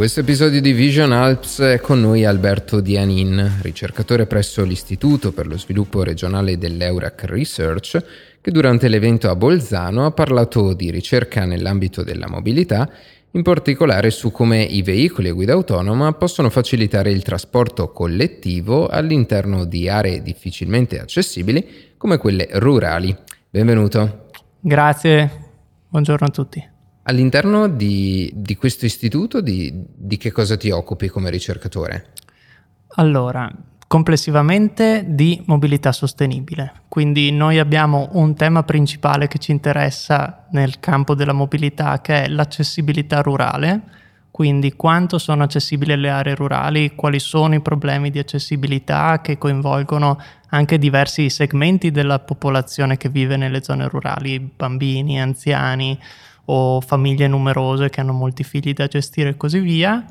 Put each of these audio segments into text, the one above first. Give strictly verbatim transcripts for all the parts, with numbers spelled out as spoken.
questo episodio di Vision Alps è con noi Alberto Dianin, ricercatore presso l'Istituto per lo Sviluppo Regionale dell'Eurac Research, che durante l'evento a Bolzano ha parlato di ricerca nell'ambito della mobilità, in particolare su come i veicoli a guida autonoma possono facilitare il trasporto collettivo all'interno di aree difficilmente accessibili come quelle rurali. Benvenuto. Grazie, buongiorno a tutti. All'interno di, di questo istituto di, di che cosa ti occupi come ricercatore? Allora, complessivamente di mobilità sostenibile. Quindi noi abbiamo un tema principale che ci interessa nel campo della mobilità, che è l'accessibilità rurale. Quindi quanto sono accessibili le aree rurali, quali sono i problemi di accessibilità che coinvolgono anche diversi segmenti della popolazione che vive nelle zone rurali, bambini, anziani o famiglie numerose che hanno molti figli da gestire e così via.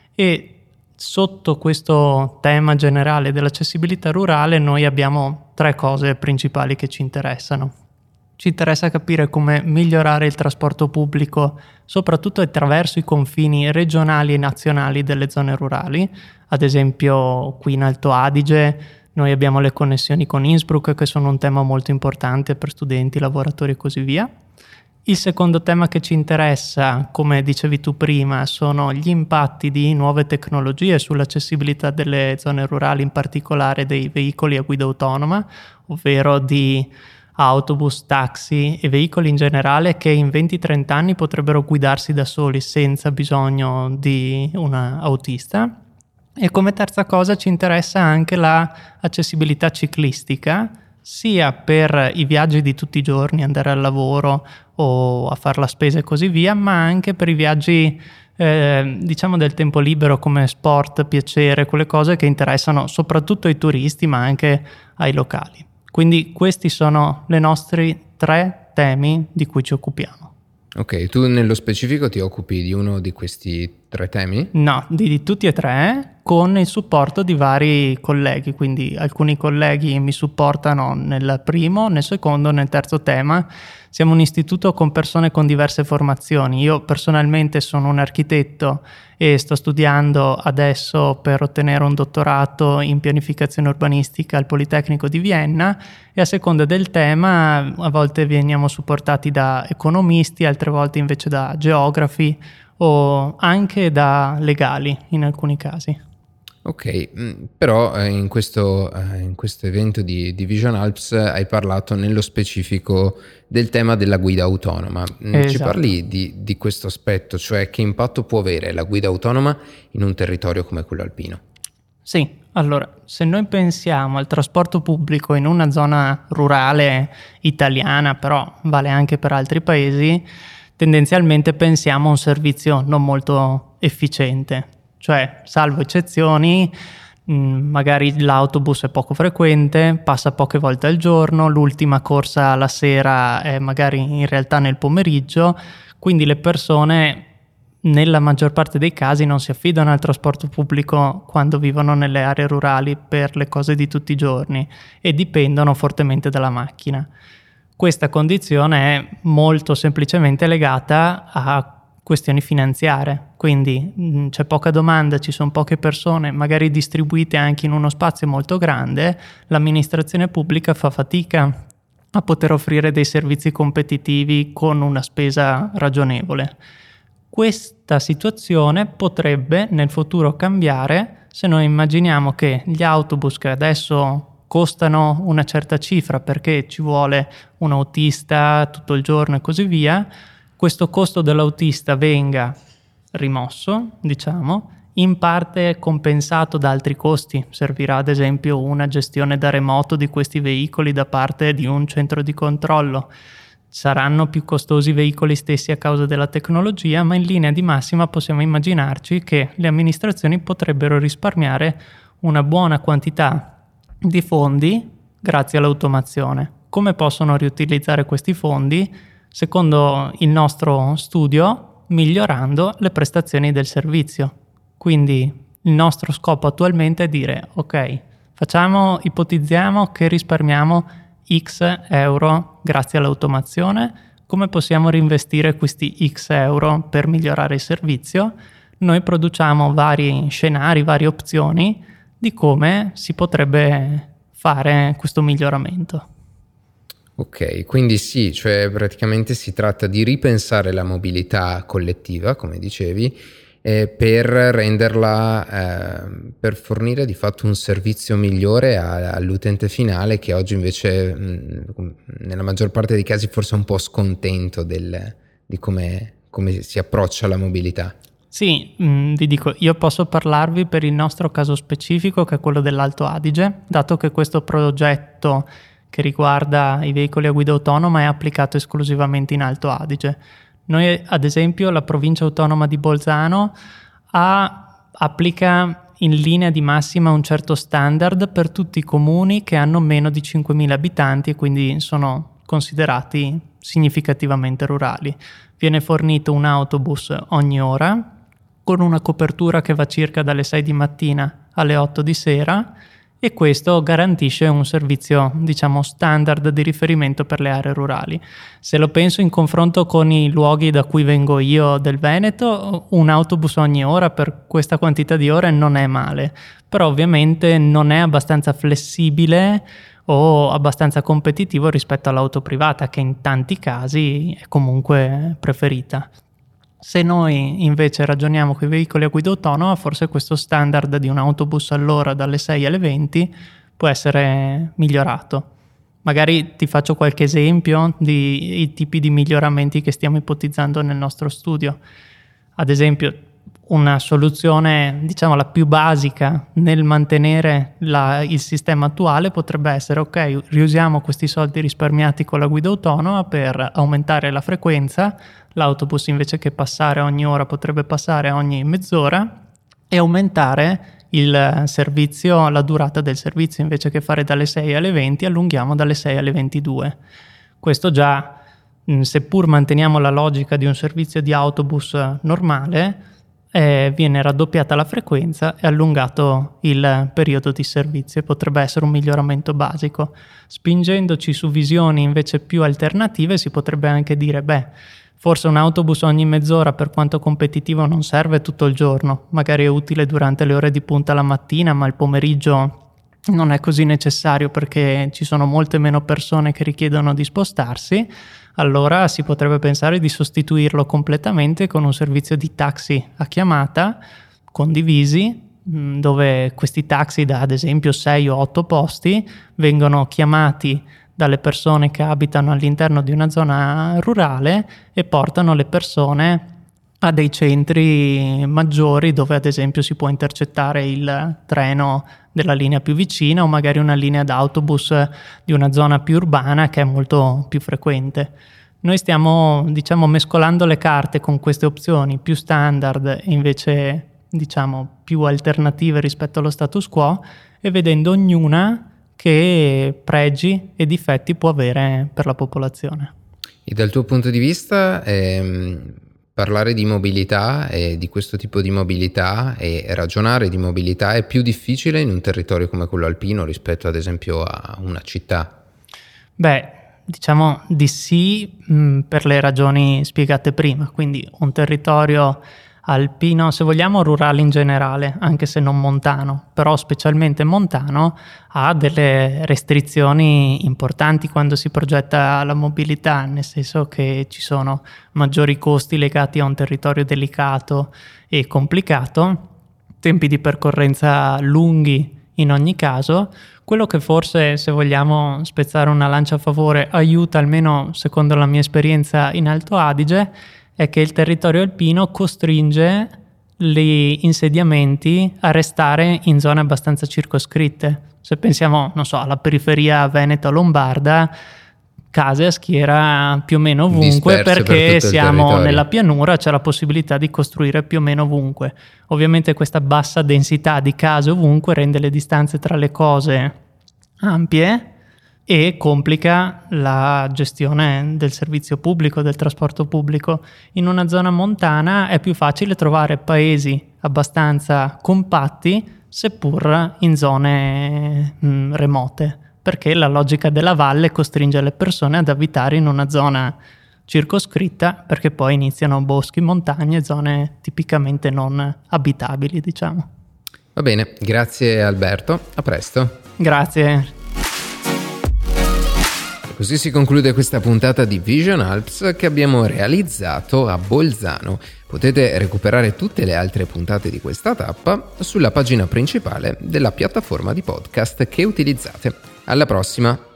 E sotto questo tema generale dell'accessibilità rurale noi abbiamo tre cose principali che ci interessano. Ci interessa capire come migliorare il trasporto pubblico, soprattutto attraverso i confini regionali e nazionali delle zone rurali. Ad esempio qui in Alto Adige noi abbiamo le connessioni con Innsbruck, che sono un tema molto importante per studenti, lavoratori e così via. Il secondo tema che ci interessa, come dicevi tu prima, sono gli impatti di nuove tecnologie sull'accessibilità delle zone rurali, in particolare dei veicoli a guida autonoma, ovvero di autobus, taxi e veicoli in generale che in venti trenta anni potrebbero guidarsi da soli senza bisogno di un autista. E come terza cosa ci interessa anche l'accessibilità ciclistica, sia per i viaggi di tutti i giorni, andare al lavoro o a fare la spesa e così via, ma anche per i viaggi eh, diciamo del tempo libero come sport, piacere, quelle cose che interessano soprattutto ai turisti ma anche ai locali. Quindi questi sono i nostri tre temi di cui ci occupiamo. Ok, tu nello specifico ti occupi di uno di questi tre temi? No, di, di tutti e tre, con il supporto di vari colleghi, quindi alcuni colleghi mi supportano nel primo, nel secondo, nel terzo tema. Siamo un istituto con persone con diverse formazioni. Io personalmente sono un architetto e sto studiando adesso per ottenere un dottorato in pianificazione urbanistica al Politecnico di Vienna, e a seconda del tema a volte veniamo supportati da economisti, altre volte invece da geografi o anche da legali in alcuni casi. Ok, però eh, in questo, eh, in questo evento di, di Vision Alps hai parlato nello specifico del tema della guida autonoma. Esatto. Ci parli di, di questo aspetto, cioè che impatto può avere la guida autonoma in un territorio come quello alpino? Sì, allora, se noi pensiamo al trasporto pubblico in una zona rurale italiana, però vale anche per altri paesi, tendenzialmente pensiamo a un servizio non molto efficiente. Cioè, salvo eccezioni, mh, magari l'autobus è poco frequente, passa poche volte al giorno, l'ultima corsa la sera è magari in realtà nel pomeriggio, quindi le persone nella maggior parte dei casi non si affidano al trasporto pubblico quando vivono nelle aree rurali per le cose di tutti i giorni e dipendono fortemente dalla macchina. Questa condizione è molto semplicemente legata a questioni finanziarie, quindi mh, c'è poca domanda, ci sono poche persone, magari distribuite anche in uno spazio molto grande, l'amministrazione pubblica fa fatica a poter offrire dei servizi competitivi con una spesa ragionevole. Questa situazione potrebbe nel futuro cambiare se noi immaginiamo che gli autobus, che adesso costano una certa cifra perché ci vuole un autista tutto il giorno e così via, questo costo dell'autista venga rimosso, diciamo, in parte compensato da altri costi. Servirà ad esempio una gestione da remoto di questi veicoli da parte di un centro di controllo. Saranno più costosi i veicoli stessi a causa della tecnologia, ma in linea di massima possiamo immaginarci che le amministrazioni potrebbero risparmiare una buona quantità di fondi grazie all'automazione. Come possono riutilizzare questi fondi? Secondo il nostro studio, migliorando le prestazioni del servizio. Quindi il nostro scopo attualmente è dire, ok, facciamo, ipotizziamo che risparmiamo X euro grazie all'automazione, come possiamo reinvestire questi X euro per migliorare il servizio? noi produciamo vari scenari, varie opzioni di come si potrebbe fare questo miglioramento. Ok, quindi sì, cioè praticamente si tratta di ripensare la mobilità collettiva, come dicevi, eh, per renderla, eh, per fornire di fatto un servizio migliore a, all'utente finale, che oggi invece mh, nella maggior parte dei casi forse è un po' scontento del, di come, come si approccia alla mobilità. Sì, mh, vi dico, io posso parlarvi per il nostro caso specifico, che è quello dell'Alto Adige, dato che questo progetto che riguarda i veicoli a guida autonoma è applicato esclusivamente in Alto Adige. Noi, ad esempio, la provincia autonoma di Bolzano ha, applica in linea di massima un certo standard per tutti i comuni che hanno meno di cinquemila abitanti e quindi sono considerati significativamente rurali. Viene fornito un autobus ogni ora con una copertura che va circa dalle sei di mattina alle otto di sera, e questo garantisce un servizio, diciamo, standard di riferimento per le aree rurali. Se lo penso in confronto con i luoghi da cui vengo io del Veneto, un autobus ogni ora per questa quantità di ore non è male, però ovviamente non è abbastanza flessibile o abbastanza competitivo rispetto all'auto privata, che in tanti casi è comunque preferita. Se noi invece ragioniamo con i veicoli a guida autonoma, forse questo standard di un autobus all'ora dalle sei alle venti può essere migliorato. Magari ti faccio qualche esempio di i tipi di miglioramenti che stiamo ipotizzando nel nostro studio. Ad esempio, una soluzione, diciamo la più basica nel mantenere la, il sistema attuale potrebbe essere: ok, riusiamo questi soldi risparmiati con la guida autonoma per aumentare la frequenza. L'autobus, invece che passare ogni ora, potrebbe passare ogni mezz'ora, e aumentare il servizio, la durata del servizio, invece che fare dalle sei alle venti, allunghiamo dalle sei alle ventidue. Questo già, seppur manteniamo la logica di un servizio di autobus normale, eh, viene raddoppiata la frequenza e allungato il periodo di servizio. Potrebbe essere un miglioramento basico. Spingendoci su visioni invece più alternative, si potrebbe anche dire, beh, forse un autobus ogni mezz'ora, per quanto competitivo, non serve tutto il giorno. Magari è utile durante le ore di punta la mattina, ma il pomeriggio non è così necessario perché ci sono molte meno persone che richiedono di spostarsi. Allora si potrebbe pensare di sostituirlo completamente con un servizio di taxi a chiamata condivisi, dove questi taxi da ad esempio sei o otto posti vengono chiamati dalle persone che abitano all'interno di una zona rurale e portano le persone a dei centri maggiori, dove ad esempio si può intercettare il treno della linea più vicina o magari una linea d'autobus di una zona più urbana che è molto più frequente. Noi stiamo, diciamo, mescolando le carte con queste opzioni più standard e invece, diciamo, più alternative rispetto allo status quo, e vedendo ognuna che pregi e difetti può avere per la popolazione. E dal tuo punto di vista, ehm, parlare di mobilità e di questo tipo di mobilità e ragionare di mobilità è più difficile in un territorio come quello alpino rispetto ad esempio a una città? Beh, diciamo di sì, mh, per le ragioni spiegate prima. Quindi un territorio alpino, se vogliamo rurale in generale, anche se non montano, però specialmente montano, ha delle restrizioni importanti quando si progetta la mobilità, nel senso che ci sono maggiori costi legati a un territorio delicato e complicato, tempi di percorrenza lunghi in ogni caso. Quello che forse, se vogliamo spezzare una lancia a favore, aiuta, almeno secondo la mia esperienza in Alto Adige, è che il territorio alpino costringe gli insediamenti a restare in zone abbastanza circoscritte. Se pensiamo, non so, alla periferia veneta-lombarda, case a schiera più o meno ovunque, disperse perché per siamo nella pianura, c'è la possibilità di costruire più o meno ovunque. Ovviamente questa bassa densità di case ovunque rende le distanze tra le cose ampie e complica la gestione del servizio pubblico, del trasporto pubblico. In una zona montana è più facile trovare paesi abbastanza compatti, seppur in zone mh, remote, perché la logica della valle costringe le persone ad abitare in una zona circoscritta, perché poi iniziano boschi, montagne, zone tipicamente non abitabili, diciamo. Va bene, grazie Alberto, a presto. Grazie. Così si conclude questa puntata di Vision Alps che abbiamo realizzato a Bolzano. Potete recuperare tutte le altre puntate di questa tappa sulla pagina principale della piattaforma di podcast che utilizzate. Alla prossima!